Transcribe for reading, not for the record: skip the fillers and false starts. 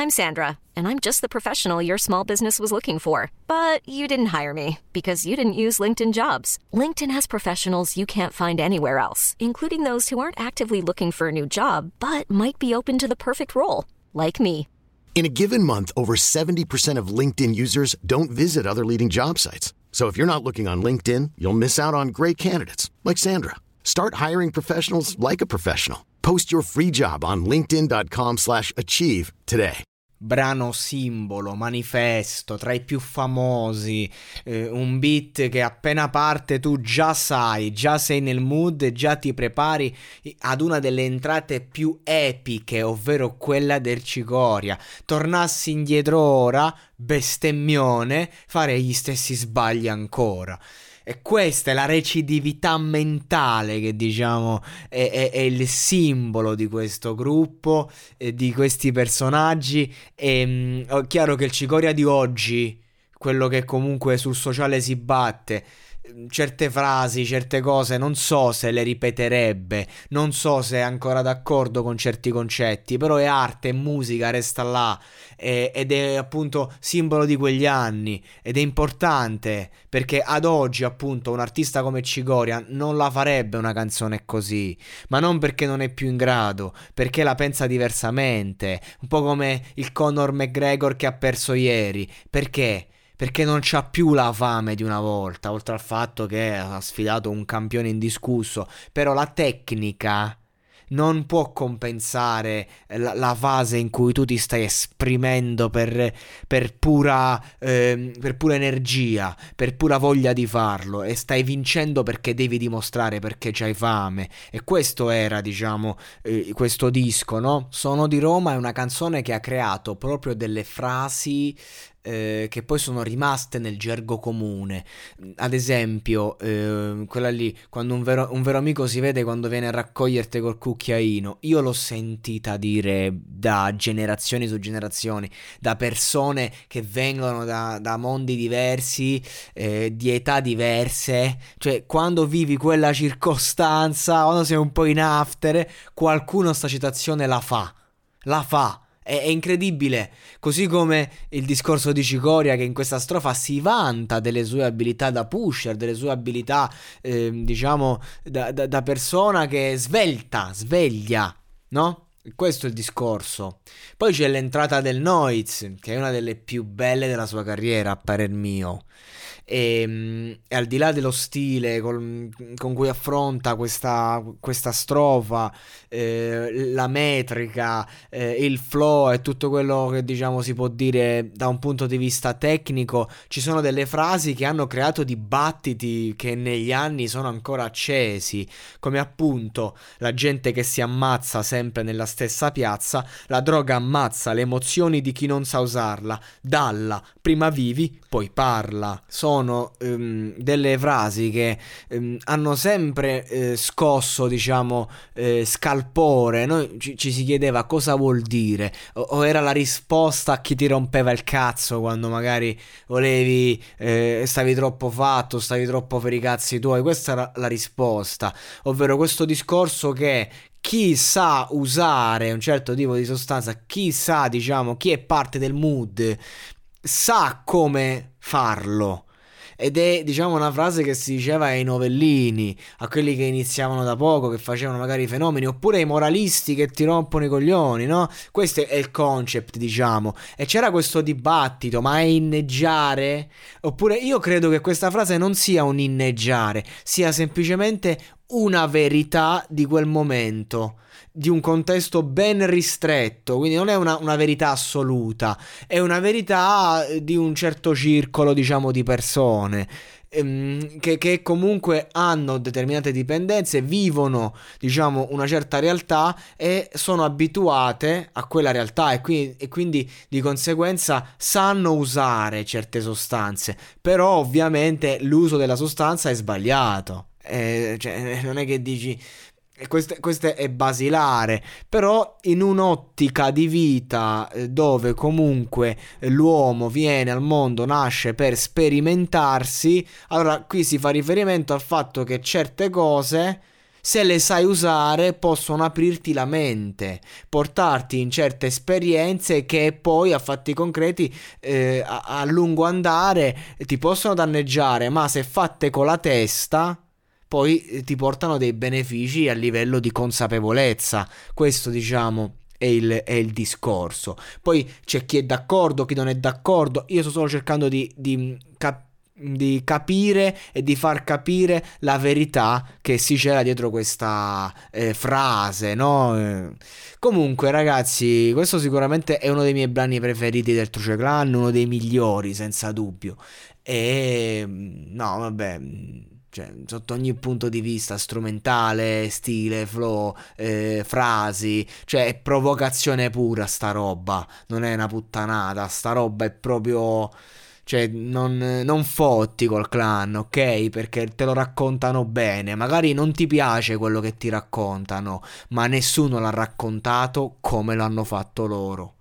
I'm Sandra, and I'm just the professional your small business was looking for. But you didn't hire me because you didn't use LinkedIn Jobs. LinkedIn has professionals you can't find anywhere else, including those who aren't actively looking for a new job, but might be open to the perfect role, like me. In a given month, over 70% of LinkedIn users don't visit other leading job sites. So if you're not looking on LinkedIn, you'll miss out on great candidates like Sandra. Start hiring professionals like a professional. Post your free job on linkedin.com/achieve today. Brano simbolo, manifesto, tra i più famosi, un beat che appena parte tu già sai, già sei nel mood e già ti prepari ad una delle entrate più epiche, ovvero quella del Cicoria. Tornassi indietro ora, bestemmione, farei gli stessi sbagli ancora. E questa è la recidività mentale che diciamo è il simbolo di questo gruppo, di questi personaggi. E è chiaro che il Cicoria di oggi, quello che comunque sul sociale si batte, certe frasi, certe cose non so se le ripeterebbe, non so se è ancora d'accordo con certi concetti, però è arte, è musica, resta là, ed è appunto simbolo di quegli anni, ed è importante perché ad oggi appunto un artista come Cicoria non la farebbe una canzone così, ma non perché non è più in grado, perché la pensa diversamente, un po' come il Conor McGregor che ha perso ieri. Perché? Perché non c'ha più la fame di una volta, oltre al fatto che ha sfidato un campione indiscusso. Però la tecnica non può compensare la fase in cui tu ti stai esprimendo per pura energia, per pura voglia di farlo, e stai vincendo perché devi dimostrare, perché c'hai fame. E questo era, diciamo, questo disco, no? Sono di Roma è una canzone che ha creato proprio delle frasi che poi sono rimaste nel gergo comune. Ad esempio quella lì, quando un vero amico si vede quando viene a raccoglierti col cucchiaino. Io l'ho sentita dire da generazioni su generazioni, da persone che vengono da mondi diversi, di età diverse. Cioè, quando vivi quella circostanza, quando sei un po' in after, qualcuno sta citazione la fa. È incredibile, così come il discorso di Cicoria, che in questa strofa si vanta delle sue abilità da pusher, delle sue abilità diciamo da persona che sveglia, no? Questo è il discorso. Poi c'è l'entrata del Noiz, che è una delle più belle della sua carriera a parer mio. E al di là dello stile con cui affronta questa strofa, la metrica, il flow e tutto quello che diciamo si può dire da un punto di vista tecnico, ci sono delle frasi che hanno creato dibattiti che negli anni sono ancora accesi, come appunto la gente che si ammazza sempre nella stessa piazza, la droga ammazza le emozioni di chi non sa usarla, dalla, prima vivi, poi parla. Sono delle frasi che hanno sempre scosso, diciamo, scalpore. Noi ci si chiedeva cosa vuol dire, o era la risposta a chi ti rompeva il cazzo quando magari volevi, stavi troppo fatto, stavi troppo per i cazzi tuoi. Questa era la risposta, ovvero questo discorso che chi sa usare un certo tipo di sostanza, chi sa, diciamo, chi è parte del mood, sa come farlo. Ed è, diciamo, una frase che si diceva ai novellini, a quelli che iniziavano da poco, che facevano magari i fenomeni, oppure ai moralisti che ti rompono i coglioni, no? Questo è il concept, diciamo. E c'era questo dibattito, ma è inneggiare? Oppure io credo che questa frase non sia un inneggiare, sia semplicemente una verità di quel momento, di un contesto ben ristretto, quindi non è una verità assoluta, è una verità di un certo circolo, diciamo, di persone che comunque hanno determinate dipendenze, vivono, diciamo, una certa realtà e sono abituate a quella realtà e quindi di conseguenza sanno usare certe sostanze, però ovviamente l'uso della sostanza è sbagliato. Cioè, non è che dici questo è basilare, però in un'ottica di vita dove comunque l'uomo viene al mondo, nasce per sperimentarsi, allora qui si fa riferimento al fatto che certe cose se le sai usare possono aprirti la mente, portarti in certe esperienze che poi a fatti concreti a lungo andare ti possono danneggiare, ma se fatte con la testa poi ti portano dei benefici a livello di consapevolezza. Questo, diciamo, è il discorso. Poi c'è chi è d'accordo, chi non è d'accordo. Io sto solo cercando di capire e di far capire la verità che si c'era dietro questa frase, no? Comunque, ragazzi, questo sicuramente è uno dei miei brani preferiti del Truce Clan, uno dei migliori, senza dubbio. E no, vabbè, cioè, sotto ogni punto di vista, strumentale, stile, flow, frasi, cioè è provocazione pura sta roba, non è una puttanata, sta roba è proprio, cioè non fotti col clan, ok? Perché te lo raccontano bene, magari non ti piace quello che ti raccontano, ma nessuno l'ha raccontato come l'hanno fatto loro.